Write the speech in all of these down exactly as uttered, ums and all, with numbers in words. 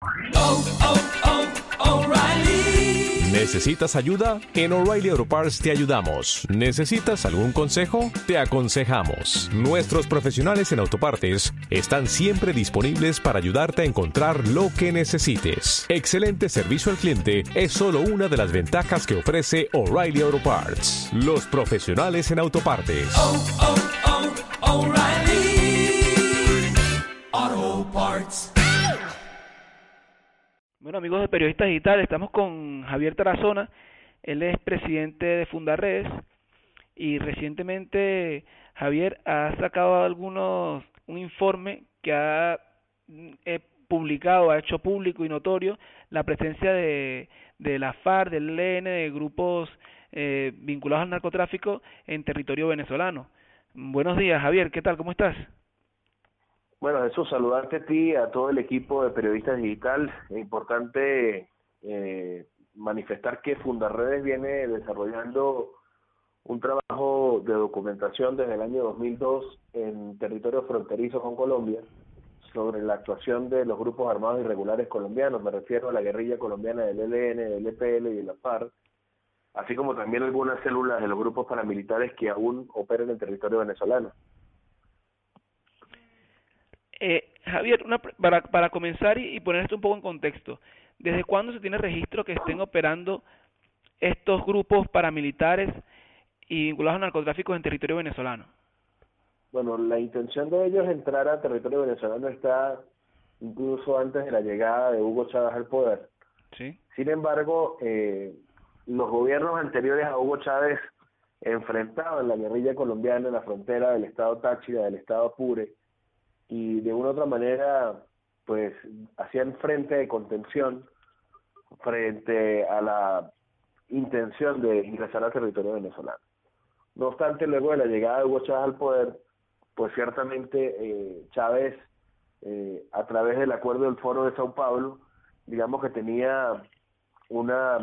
Oh, oh, oh, O'Reilly. ¿Necesitas ayuda? En O'Reilly Auto Parts te ayudamos. ¿Necesitas algún consejo? Te aconsejamos. Nuestros profesionales en autopartes están siempre disponibles para ayudarte a encontrar lo que necesites. Excelente servicio al cliente es solo una de las ventajas que ofrece O'Reilly Auto Parts. Los profesionales en autopartes. Oh, oh, oh, O'Reilly Auto Parts. Bueno, amigos de Periodistas Digital, estamos con Javier Tarazona. Él es presidente de Fundarredes y recientemente Javier ha sacado algunos un informe que ha eh, publicado, ha hecho público y notorio la presencia de, de la FARC, del E L N, de grupos eh, vinculados al narcotráfico en territorio venezolano. Buenos días, Javier, ¿qué tal? ¿Cómo estás? Bueno, Jesús, saludarte a ti, a todo el equipo de Periodistas Digital. Es importante eh, manifestar que Fundarredes viene desarrollando un trabajo de documentación desde el año dos mil dos en territorio fronterizo con Colombia sobre la actuación de los grupos armados irregulares colombianos. Me refiero a la guerrilla colombiana del E L N, del E P L y de la FARC, así como también algunas células de los grupos paramilitares que aún operan en el territorio venezolano. Eh, Javier, una, para, para comenzar y, y poner esto un poco en contexto, ¿desde cuándo se tiene registro que estén operando estos grupos paramilitares y vinculados al narcotráfico en territorio venezolano? Bueno, la intención de ellos entrar a territorio venezolano está incluso antes de la llegada de Hugo Chávez al poder. Sí. Sin embargo, eh, los gobiernos anteriores a Hugo Chávez enfrentaban la guerrilla colombiana en la frontera del estado Táchira, del estado Apure, y de una u otra manera pues hacían frente de contención frente a la intención de ingresar al territorio venezolano. No obstante, luego de la llegada de Hugo Chávez al poder, pues ciertamente eh, Chávez, eh, a través del acuerdo del Foro de Sao Paulo, digamos que tenía una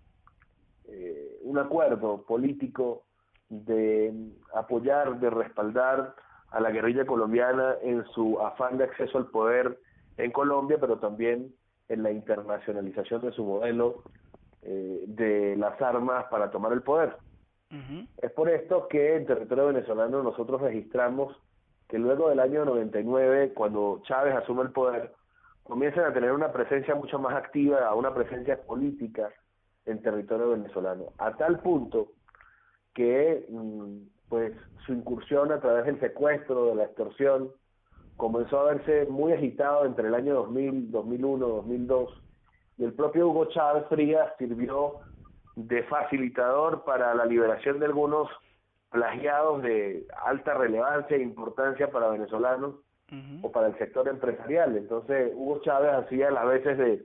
eh, un acuerdo político de apoyar, de respaldar a la guerrilla colombiana en su afán de acceso al poder en Colombia, pero también en la internacionalización de su modelo eh, de las armas para tomar el poder. Uh-huh. Es por esto que en territorio venezolano nosotros registramos que luego del año noventa y nueve, cuando Chávez asume el poder, comienzan a tener una presencia mucho más activa, una presencia política en territorio venezolano, a tal punto que pues su incursión a través del secuestro, de la extorsión, comenzó a verse muy agitado entre el año dos mil, dos mil uno, dos mil dos, y el propio Hugo Chávez Frías sirvió de facilitador para la liberación de algunos plagiados de alta relevancia e importancia para venezolanos uh-huh. o para el sector empresarial. Entonces Hugo Chávez hacía las veces de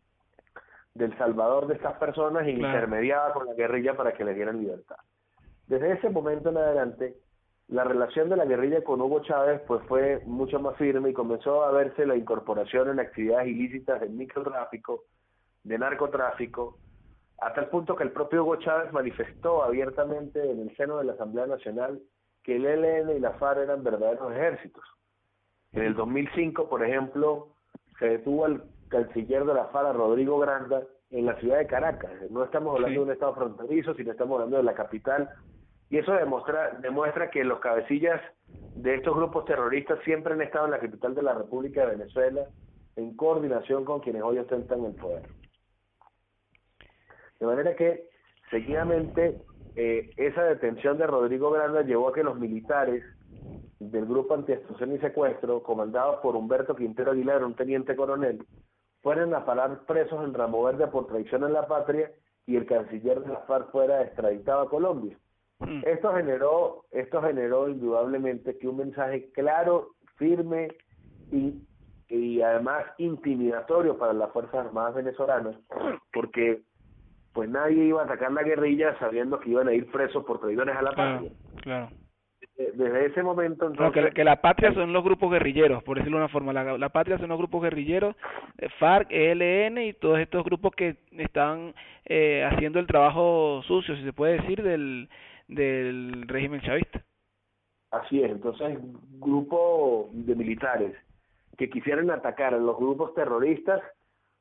del salvador de estas personas e claro. intermediaba con la guerrilla para que les dieran libertad. Desde ese momento en adelante, la relación de la guerrilla con Hugo Chávez pues fue mucho más firme y comenzó a verse la incorporación en actividades ilícitas de microtráfico, de narcotráfico, a tal punto que el propio Hugo Chávez manifestó abiertamente en el seno de la Asamblea Nacional que el E L N y la FARC eran verdaderos ejércitos. En el dos mil cinco, por ejemplo, se detuvo al canciller de la FARC, Rodrigo Granda, en la ciudad de Caracas. No estamos hablando sí. de un estado fronterizo, sino estamos hablando de la capital. Y eso demuestra, demuestra que los cabecillas de estos grupos terroristas siempre han estado en la capital de la República de Venezuela, en coordinación con quienes hoy ostentan el poder. De manera que, seguidamente, eh, esa detención de Rodrigo Granda llevó a que los militares del Grupo Antiextorsión y Secuestro, comandados por Humberto Quintero Aguilar, un teniente coronel, fueran a parar presos en Ramo Verde por traición en la patria y el canciller de la FARC fuera extraditado a Colombia. Mm. Esto generó, esto generó indudablemente que un mensaje claro, firme y, y además intimidatorio para las Fuerzas Armadas venezolanas, porque pues nadie iba a atacar la guerrilla sabiendo que iban a ir presos por traidores a la patria. Claro, claro. Desde ese momento entonces... No, que, que la patria son los grupos guerrilleros, por decirlo de una forma, la, la patria son los grupos guerrilleros, eh, FARC, E L N y todos estos grupos que están eh, haciendo el trabajo sucio, si se puede decir, del, del régimen chavista. Así es, entonces grupo de militares que quisieran atacar a los grupos terroristas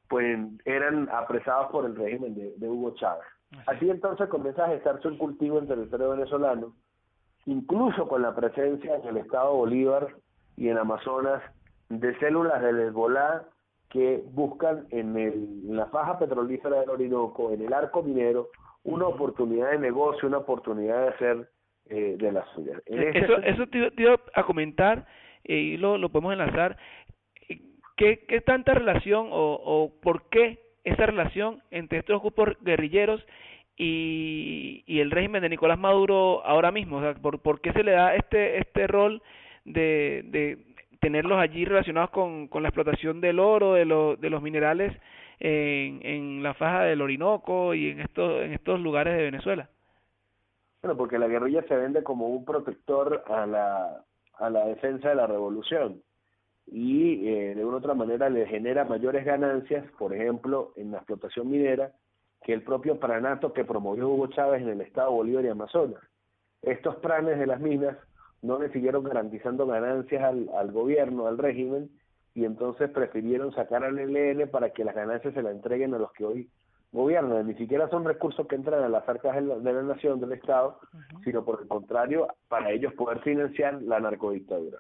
pues eran apresados por el régimen de, de Hugo Chávez. Así entonces comienza a gestarse un cultivo en territorio venezolano, incluso con la presencia en el estado Bolívar y en Amazonas de células del Hezbolá que buscan en, el, en la faja petrolífera del Orinoco, en el arco minero, una oportunidad de negocio, una oportunidad de hacer eh, de las suyas. Eso, eso te, te iba a comentar, eh, y lo, lo podemos enlazar. ¿Qué, qué tanta relación o, o por qué esa relación entre estos grupos guerrilleros y, y el régimen de Nicolás Maduro ahora mismo? O sea, ¿por, por qué se le da este este rol de, de tenerlos allí relacionados con, con la explotación del oro, de, lo, de los minerales en, en la faja del Orinoco y en estos, en estos lugares de Venezuela? Bueno, porque la guerrilla se vende como un protector a la, a la defensa de la revolución. Y eh, de una u otra manera le genera mayores ganancias, por ejemplo, en la explotación minera, que el propio pranato que promovió Hugo Chávez en el estado Bolívar y Amazonas. Estos pranes de las minas no le siguieron garantizando ganancias al, al gobierno, al régimen, y entonces prefirieron sacar al E L N para que las ganancias se las entreguen a los que hoy gobiernan. Ni siquiera son recursos que entran a las arcas de la, de la nación, del Estado, uh-huh. sino por el contrario, para ellos poder financiar la narcodictadura.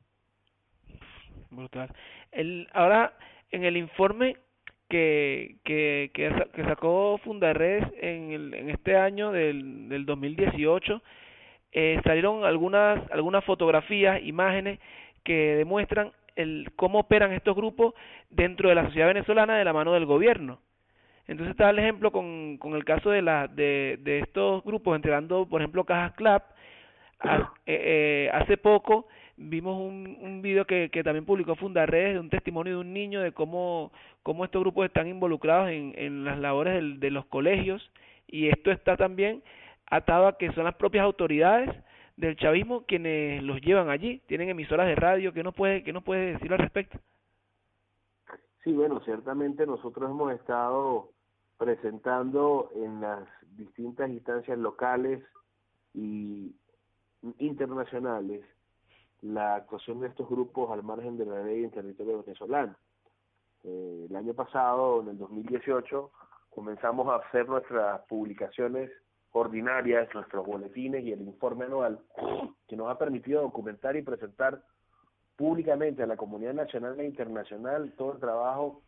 Brutal. El, ahora, en el informe que que, que, que sacó Fundarredes en, el, en este año del, del dos mil dieciocho, eh, salieron algunas algunas fotografías, imágenes que demuestran el cómo operan estos grupos dentro de la sociedad venezolana de la mano del gobierno. Entonces está el ejemplo con, con el caso de la de, de estos grupos entregando, por ejemplo, cajas CLAP. Ha, eh, eh, hace poco vimos un, un video que, que también publicó Fundarredes de un testimonio de un niño de cómo, cómo estos grupos están involucrados en, en las labores del, de los colegios, y esto está también atado a que son las propias autoridades del chavismo quienes los llevan allí, tienen emisoras de radio. ¿Qué nos puede, qué nos puede decir al respecto? Sí, bueno, ciertamente nosotros hemos estado presentando en las distintas instancias locales y internacionales la actuación de estos grupos al margen de la ley en territorio venezolano. Eh, el año pasado, en el dos mil dieciocho, comenzamos a hacer nuestras publicaciones ordinarias, nuestros boletines y el informe anual, que nos ha permitido documentar y presentar públicamente a la comunidad nacional e internacional todo el trabajo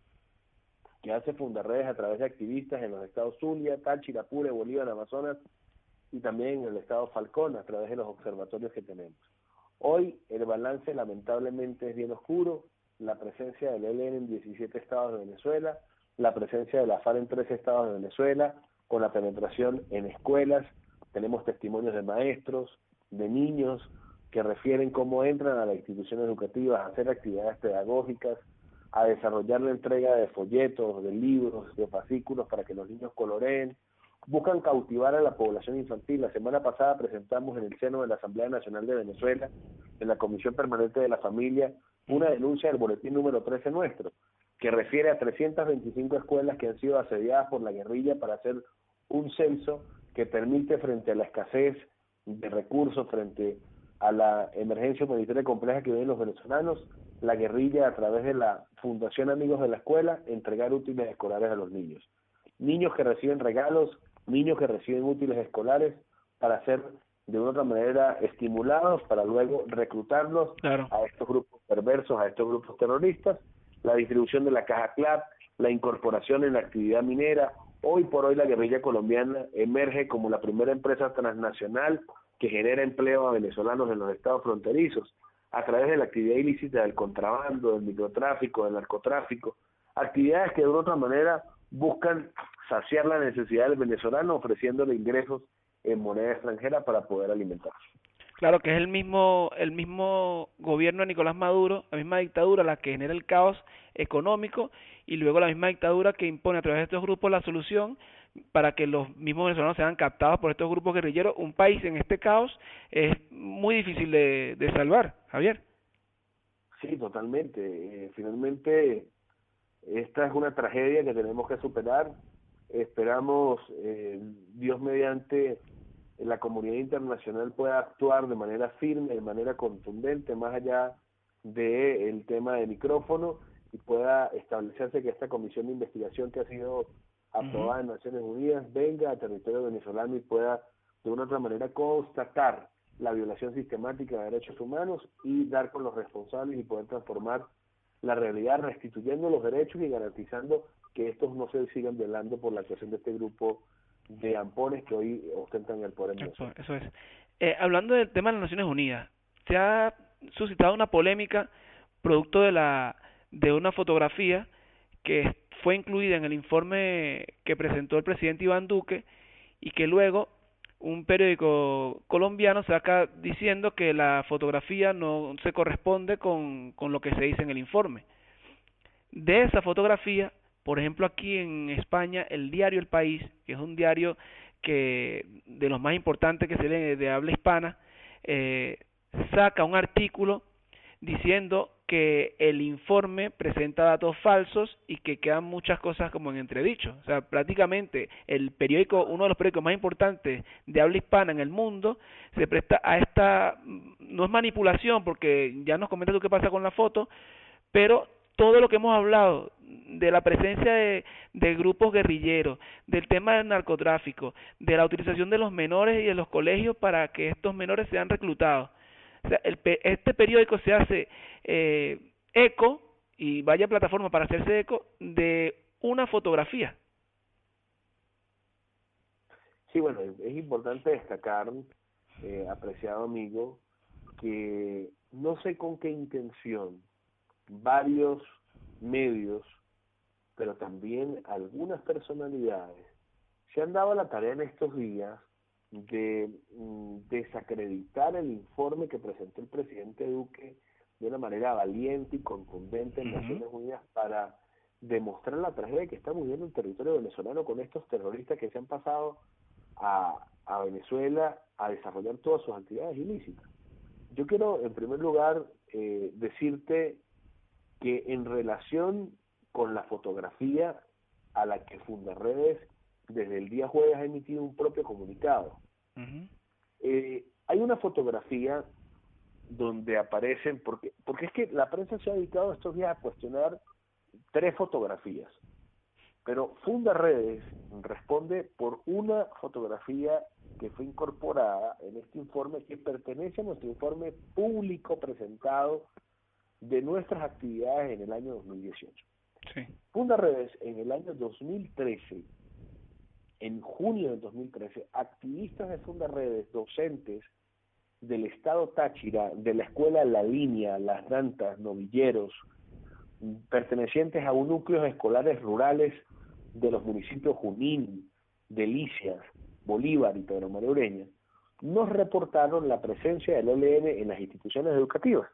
que hace Fundarredes a través de activistas en los estados Zulia, Táchira, Apure, Bolívar, Amazonas y también en el estado Falcón a través de los observatorios que tenemos. Hoy el balance lamentablemente es bien oscuro, la presencia del E L N en diecisiete estados de Venezuela, la presencia de la FARC en trece estados de Venezuela, con la penetración en escuelas. Tenemos testimonios de maestros, de niños que refieren cómo entran a las instituciones educativas a hacer actividades pedagógicas, a desarrollar la entrega de folletos, de libros, de fascículos para que los niños coloreen. Buscan cautivar a la población infantil. La semana pasada presentamos en el seno de la Asamblea Nacional de Venezuela, en la Comisión Permanente de la Familia, una denuncia del boletín número trece nuestro, que refiere a trescientas veinticinco escuelas que han sido asediadas por la guerrilla para hacer un censo que permite, frente a la escasez de recursos, frente a la emergencia humanitaria compleja que viven los venezolanos, la guerrilla, a través de la Fundación Amigos de la Escuela, entregar útiles escolares a los niños. Niños que reciben regalos, niños que reciben útiles escolares para ser de una otra manera estimulados, para luego reclutarlos claro. a estos grupos perversos, a estos grupos terroristas. La distribución de la caja CLAP, la incorporación en la actividad minera. Hoy por hoy la guerrilla colombiana emerge como la primera empresa transnacional que genera empleo a venezolanos en los estados fronterizos, a través de la actividad ilícita del contrabando, del microtráfico, del narcotráfico, actividades que de una otra manera buscan saciar la necesidad del venezolano ofreciéndole ingresos en moneda extranjera para poder alimentarse. Claro que es el mismo el mismo gobierno de Nicolás Maduro, la misma dictadura la que genera el caos económico, y luego la misma dictadura que impone a través de estos grupos la solución para que los mismos venezolanos sean captados por estos grupos guerrilleros. Un país en este caos es muy difícil de, de salvar, Javier. Sí, totalmente. Eh, finalmente, esta es una tragedia que tenemos que superar. Esperamos, eh, Dios mediante, la comunidad internacional pueda actuar de manera firme, de manera contundente, más allá del tema de micrófono, y pueda establecerse que esta comisión de investigación que ha sido aprobada uh-huh. en Naciones Unidas venga a territorio venezolano y pueda de una u otra manera constatar la violación sistemática de derechos humanos y dar con los responsables y poder transformar la realidad, restituyendo los derechos y garantizando que estos no se sigan violando por la actuación de este grupo de ampones que hoy ostentan el poder. Eso, eso es. Eh, hablando del tema de las Naciones Unidas, se ha suscitado una polémica producto de la de una fotografía que fue incluida en el informe que presentó el presidente Iván Duque y que luego un periódico colombiano saca diciendo que la fotografía no se corresponde con, con lo que se dice en el informe. De esa fotografía, por ejemplo, aquí en España, el diario El País, que es un diario que de los más importantes que se lee de habla hispana, eh, saca un artículo diciendo que el informe presenta datos falsos y que quedan muchas cosas como en entredicho. O sea, prácticamente el periódico, uno de los periódicos más importantes de habla hispana en el mundo, se presta a esta, no es manipulación, porque ya nos comentas tú qué pasa con la foto, pero todo lo que hemos hablado de la presencia de, de grupos guerrilleros, del tema del narcotráfico, de la utilización de los menores y de los colegios para que estos menores sean reclutados. O sea, el, este periódico se hace eh, eco, y vaya plataforma para hacerse eco, de una fotografía. Sí, bueno, es importante destacar, eh, apreciado amigo, que no sé con qué intención varios medios, pero también algunas personalidades, se han dado la tarea en estos días de mm, desacreditar el informe que presentó el presidente Duque de una manera valiente y contundente en uh-huh. Naciones Unidas para demostrar la tragedia que está viviendo el territorio venezolano con estos terroristas que se han pasado a, a Venezuela a desarrollar todas sus actividades ilícitas. Yo quiero, en primer lugar, eh, decirte que en relación con la fotografía a la que Fundarredes desde el día jueves ha emitido un propio comunicado. Uh-huh. Eh, hay una fotografía donde aparecen, porque porque es que la prensa se ha dedicado estos días a cuestionar tres fotografías, pero Fundarredes responde por una fotografía que fue incorporada en este informe que pertenece a nuestro informe público presentado de nuestras actividades en el año dos mil dieciocho. Sí. Fundarredes en el año dos mil trece, en junio del dos mil trece, activistas de Fundarredes, docentes del estado Táchira, de la escuela La Línea, Las Dantas, Novilleros, pertenecientes a un núcleos escolares rurales de los municipios Junín, Delicias, Bolívar y Pedro María Ureña, nos reportaron la presencia del E L N en las instituciones educativas.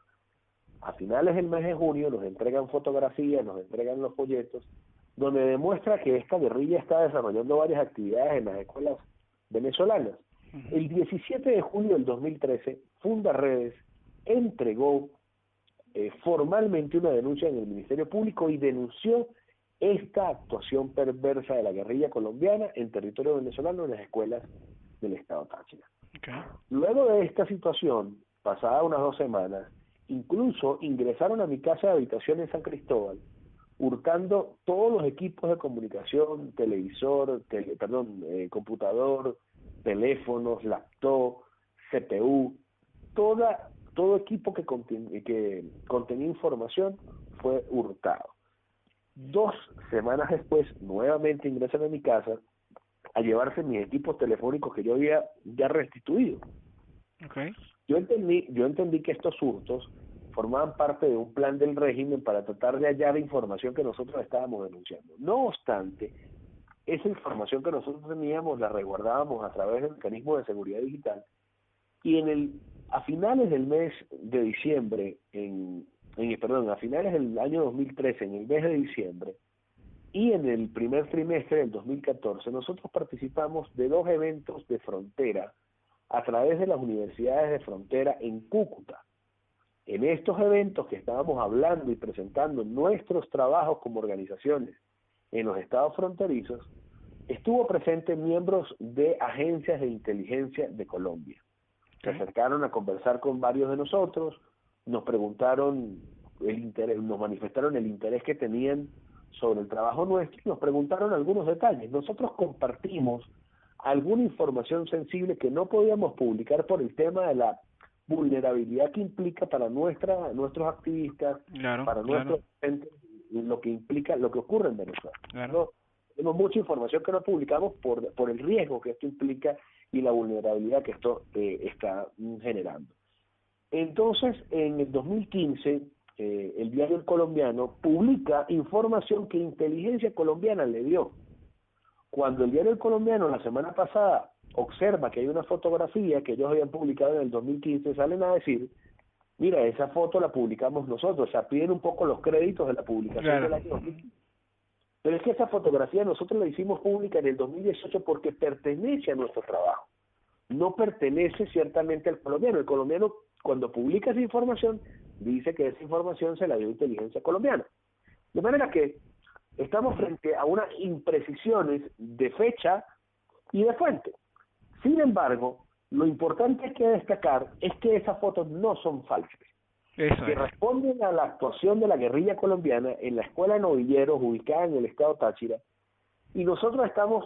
A finales del mes de junio nos entregan fotografías, nos entregan los folletos, donde demuestra que esta guerrilla está desarrollando varias actividades en las escuelas venezolanas. El diecisiete de julio del dos mil trece, Fundarredes entregó eh, formalmente una denuncia en el Ministerio Público y denunció esta actuación perversa de la guerrilla colombiana en territorio venezolano en las escuelas del estado Táchira. Okay. Luego de esta situación, pasada unas dos semanas, incluso ingresaron a mi casa de habitación en San Cristóbal, hurtando todos los equipos de comunicación, televisor, tele, perdón, eh, computador, teléfonos, laptop, C P U, toda, todo equipo que, conten, que contenía información fue hurtado. Dos semanas después, nuevamente ingresan a mi casa a llevarse mis equipos telefónicos que yo había ya restituido. Okay. Yo entendí, yo entendí que estos hurtos formaban parte de un plan del régimen para tratar de hallar información que nosotros estábamos denunciando. No obstante, esa información que nosotros teníamos la resguardábamos a través del mecanismo de seguridad digital y en el a finales del mes de diciembre, en, en perdón, a finales del año dos mil trece, en el mes de diciembre, y en el primer trimestre del dos mil catorce, nosotros participamos de dos eventos de frontera a través de las universidades de frontera en Cúcuta. En estos eventos que estábamos hablando y presentando nuestros trabajos como organizaciones en los estados fronterizos, estuvo presente miembros de agencias de inteligencia de Colombia. Se acercaron a conversar con varios de nosotros, nos preguntaron el interés, nos manifestaron el interés que tenían sobre el trabajo nuestro y nos preguntaron algunos detalles. Nosotros compartimos alguna información sensible que no podíamos publicar por el tema de la vulnerabilidad que implica para nuestra nuestros activistas, claro, para nuestros claro. lo que implica, lo que ocurre en Venezuela. Claro. No, tenemos mucha información que no publicamos por, por el riesgo que esto implica y la vulnerabilidad que esto eh, está generando. Entonces, en el dos mil quince, eh, el diario El Colombiano publica información que Inteligencia Colombiana le dio. Cuando el diario El Colombiano la semana pasada observa que hay una fotografía que ellos habían publicado en el dos mil quince, salen a decir, mira, esa foto la publicamos nosotros, o sea, piden un poco los créditos de la publicación claro. del año dos mil quince. Pero es que esa fotografía nosotros la hicimos pública en el dos mil dieciocho porque pertenece a nuestro trabajo. No pertenece ciertamente al colombiano. El colombiano, cuando publica esa información, dice que esa información se la dio Inteligencia Colombiana. De manera que estamos frente a unas imprecisiones de fecha y de fuente. Sin embargo, lo importante que destacar es que esas fotos no son falsas. Eso que es. responden a la actuación de la guerrilla colombiana en la escuela de novilleros ubicada en el estado Táchira, y nosotros estamos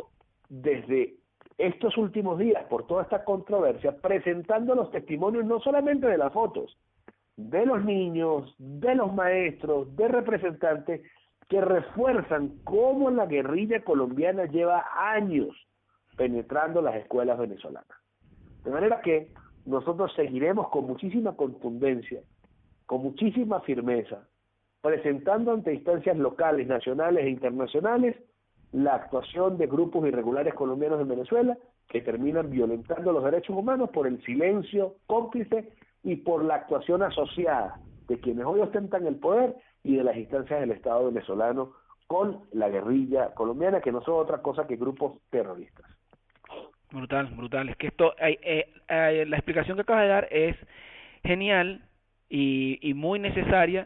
desde estos últimos días, por toda esta controversia, presentando los testimonios no solamente de las fotos, de los niños, de los maestros, de representantes que refuerzan cómo la guerrilla colombiana lleva años penetrando las escuelas venezolanas. De manera que nosotros seguiremos con muchísima contundencia, con muchísima firmeza, presentando ante instancias locales, nacionales e internacionales la actuación de grupos irregulares colombianos en Venezuela que terminan violentando los derechos humanos por el silencio cómplice y por la actuación asociada de quienes hoy ostentan el poder y de las instancias del Estado venezolano con la guerrilla colombiana, que no son otra cosa que grupos terroristas. Brutal, brutal. Es que esto, eh, eh, eh, la explicación que acabas de dar es genial y, y muy necesaria,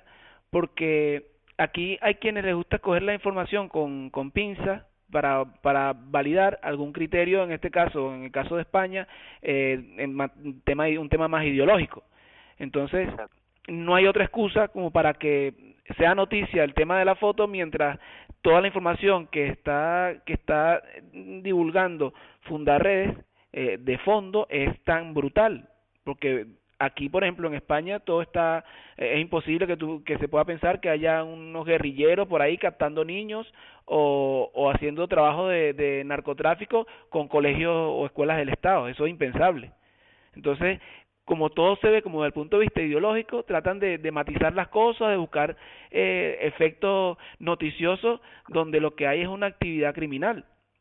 porque aquí hay quienes les gusta coger la información con, con pinzas para, para validar algún criterio, en este caso, en el caso de España, eh, en ma, tema, un tema más ideológico. Entonces, no hay otra excusa como para que sea noticia el tema de la foto, mientras toda la información que está que está divulgando Fundarredes eh, de fondo es tan brutal, porque aquí, por ejemplo, en España todo está eh, es imposible que tú, que se pueda pensar que haya unos guerrilleros por ahí captando niños o, o haciendo trabajo de, de narcotráfico con colegios o escuelas del Estado. Eso es impensable. Entonces, como todo se ve como desde el punto de vista ideológico, tratan de, de matizar las cosas, de buscar eh, efectos noticiosos donde lo que hay es una actividad criminal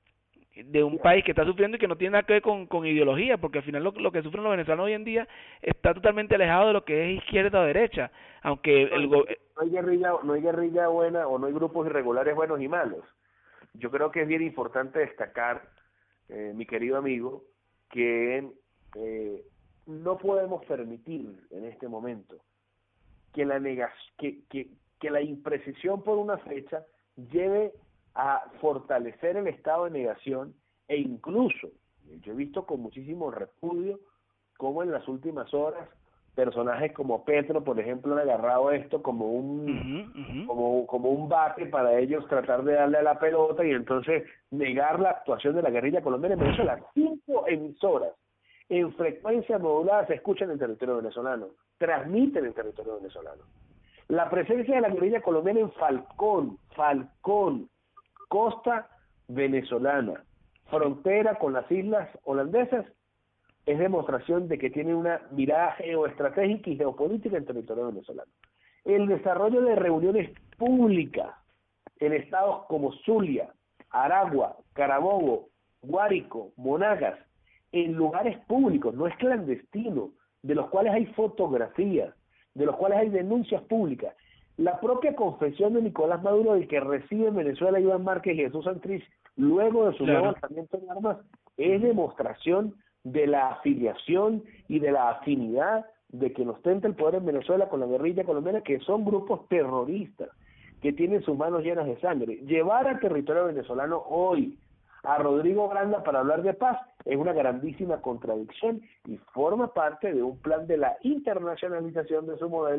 de un país que está sufriendo y que no tiene nada que ver con, con ideología, porque al final lo, lo que sufren los venezolanos hoy en día está totalmente alejado de lo que es izquierda o derecha, aunque No, el no hay guerrilla, no hay guerrilla buena o no hay grupos irregulares buenos y malos. Yo creo que es bien importante destacar, eh, mi querido amigo, que eh, no podemos permitir en este momento que la negas, que, que, que la imprecisión por una fecha lleve a fortalecer el estado de negación, e incluso yo he visto con muchísimo repudio cómo en las últimas horas personajes como Petro, por ejemplo, han agarrado esto como un uh-huh, uh-huh. como como un bate para ellos tratar de darle a la pelota y entonces negar la actuación de la guerrilla colombiana en Venezuela. Cinco emisoras en frecuencia modulada se escuchan en el territorio venezolano, transmiten en el territorio venezolano. La presencia de la guerrilla colombiana en Falcón, Falcón, costa venezolana, frontera con las islas holandesas, es demostración de que tiene una mirada geoestratégica y geopolítica en el territorio venezolano. El desarrollo de reuniones públicas en estados como Zulia, Aragua, Carabobo, Guárico, Monagas, en lugares públicos, no es clandestino, de los cuales hay fotografías, de los cuales hay denuncias públicas. La propia confesión de Nicolás Maduro, del que recibe en Venezuela Iván Márquez y Jesús Santrich, luego de su claro. nuevo lanzamiento de armas, es demostración de la afiliación y de la afinidad de quien ostenta el poder en Venezuela con la guerrilla colombiana, que son grupos terroristas, que tienen sus manos llenas de sangre. Llevar al territorio venezolano hoy a Rodrigo Granda para hablar de paz es una grandísima contradicción y forma parte de un plan de la internacionalización de su modelo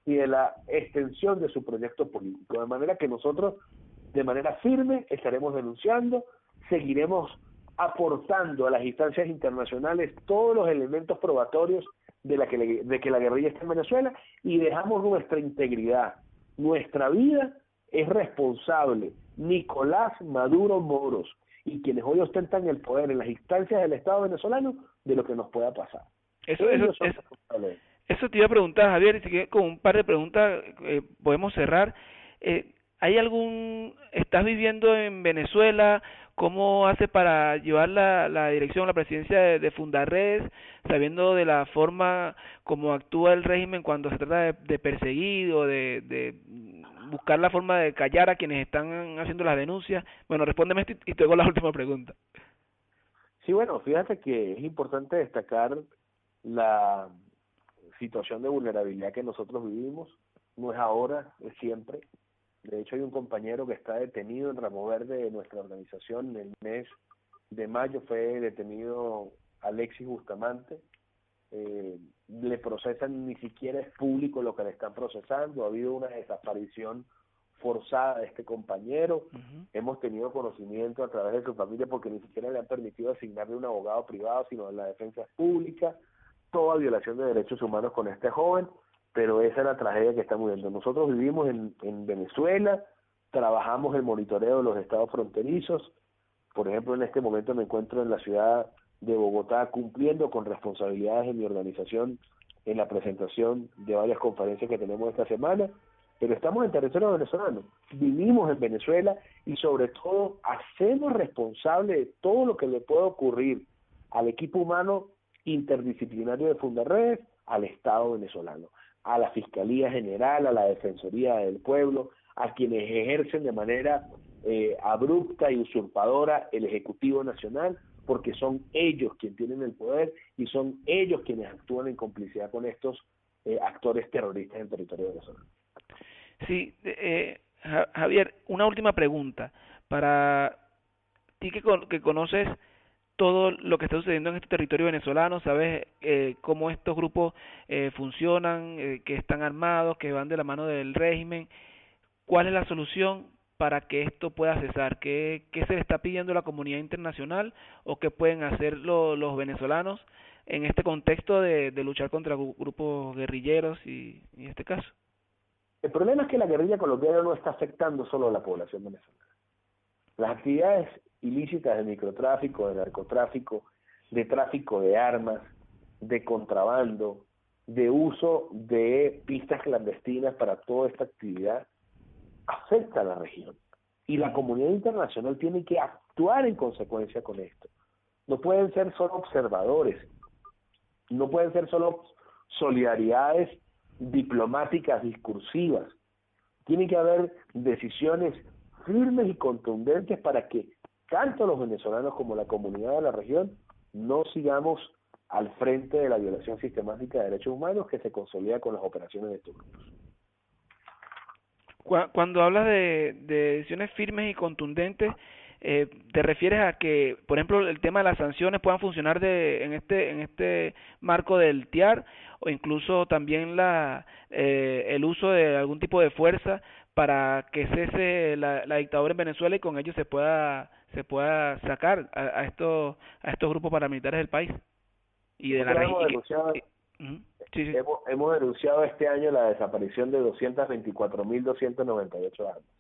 y de la extensión de su proyecto político. De manera que nosotros, de manera firme, estaremos denunciando, seguiremos aportando a las instancias internacionales todos los elementos probatorios de, la que, le, de que la guerrilla está en Venezuela, y dejamos nuestra integridad, nuestra vida es responsable. Nicolás Maduro Moros y quienes hoy ostentan el poder en las instancias del Estado venezolano, de lo que nos pueda pasar. Eso, eso, eso, eso te iba a preguntar, Javier, y si quieres, con un par de preguntas eh, podemos cerrar. Eh, ¿Hay algún, estás viviendo en Venezuela? ¿Cómo hace para llevar la, la dirección, la presidencia de, de Fundarredes, sabiendo de la forma como actúa el régimen cuando se trata de, de perseguir o de, de buscar la forma de callar a quienes están haciendo las denuncias? Bueno, respóndeme esto y te hago la última pregunta. Sí, bueno, fíjate que es importante destacar la situación de vulnerabilidad que nosotros vivimos. No es ahora, es siempre. De hecho, hay un compañero que está detenido en Ramo Verde de nuestra organización. En el mes de mayo fue detenido Alexis Bustamante. Eh, le procesan, ni siquiera es público lo que le están procesando. Ha habido una desaparición forzada de este compañero. Uh-huh. Hemos tenido conocimiento a través de su familia porque ni siquiera le han permitido asignarle un abogado privado, sino la defensa pública. Toda violación de derechos humanos con este joven. Pero esa es la tragedia que estamos viendo. Nosotros vivimos en, en Venezuela, trabajamos el monitoreo de los estados fronterizos. Por ejemplo, en este momento me encuentro en la ciudad de Bogotá cumpliendo con responsabilidades de mi organización en la presentación de varias conferencias que tenemos esta semana, pero estamos en territorio venezolano, vivimos en Venezuela y sobre todo hacemos responsable de todo lo que le pueda ocurrir al equipo humano interdisciplinario de Fundarredes, al Estado venezolano, a la Fiscalía General, a la Defensoría del Pueblo, a quienes ejercen de manera eh, abrupta y usurpadora el Ejecutivo Nacional, porque son ellos quienes tienen el poder y son ellos quienes actúan en complicidad con estos eh, actores terroristas en territorio venezolano. Sí, eh, Javier, una última pregunta. Para ti que, con, que conoces todo lo que está sucediendo en este territorio venezolano, sabes eh, cómo estos grupos eh, funcionan, eh, que están armados, que van de la mano del régimen. ¿Cuál es la solución para que esto pueda cesar? ¿Qué, qué se le está pidiendo a la comunidad internacional o qué pueden hacer lo, los venezolanos en este contexto de, de luchar contra grupos guerrilleros y, y en este caso? El problema es que la guerrilla colombiana no está afectando solo a la población venezolana. Las actividades ilícitas de microtráfico, de narcotráfico, de tráfico de armas, de contrabando, de uso de pistas clandestinas para toda esta actividad, afecta a la región. Y la comunidad internacional tiene que actuar en consecuencia con esto. No pueden ser solo observadores, no pueden ser solo solidaridades diplomáticas discursivas. Tiene que haber decisiones firmes y contundentes para que tanto los venezolanos como la comunidad de la región no sigamos al frente de la violación sistemática de derechos humanos que se consolida con las operaciones de estos grupos. Cuando hablas de, de decisiones firmes y contundentes, eh, ¿te refieres a que, por ejemplo, el tema de las sanciones puedan funcionar de, en este en este marco del T I A R, o incluso también la eh, el uso de algún tipo de fuerza para que cese la, la dictadura en Venezuela y con ello se pueda se pueda sacar a, a estos a estos grupos paramilitares del país y de la región? Uh-huh. Sí, sí. Hemos, hemos denunciado este año la desaparición de doscientas veinticuatro mil doscientas noventa y ocho armas.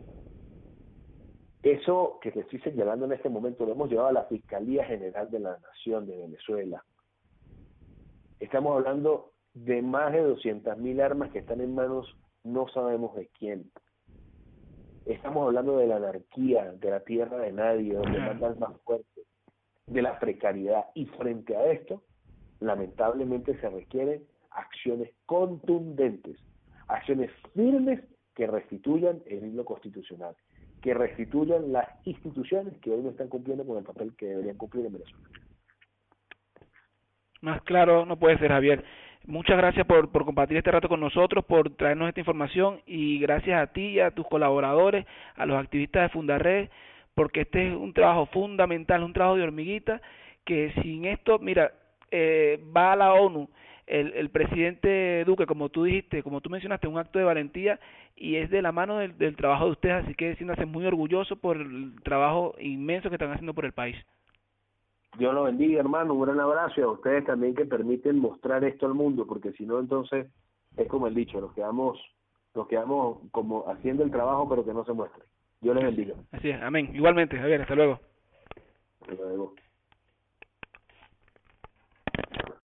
Eso que te estoy señalando en este momento lo hemos llevado a la Fiscalía General de la Nación de Venezuela. Estamos hablando de más de doscientas mil armas que están en manos no sabemos de quién. Estamos hablando de la anarquía, de la tierra de nadie, donde mandan más fuertes, de la precariedad. Y frente a esto, lamentablemente se requieren acciones contundentes, acciones firmes que restituyan el himno constitucional, que restituyan las instituciones que hoy no están cumpliendo con el papel que deberían cumplir en Venezuela. Más claro no puede ser, Javier. Muchas gracias por, por compartir este rato con nosotros, por traernos esta información, y gracias a ti y a tus colaboradores, a los activistas de Fundarredes, porque este es un trabajo fundamental, un trabajo de hormiguita, que sin esto, mira, eh, va a la ONU, el, el presidente Duque, como tú dijiste, como tú mencionaste, un acto de valentía y es de la mano del, del trabajo de ustedes, así que siéntase muy orgulloso por el trabajo inmenso que están haciendo por el país. Dios lo bendiga, hermano, un gran abrazo y a ustedes también que permiten mostrar esto al mundo, porque si no, entonces es como el dicho, nos quedamos, nos quedamos como haciendo el trabajo pero que no se muestre. Dios les bendiga. Así es, amén. Igualmente, Javier, hasta luego. Hasta luego.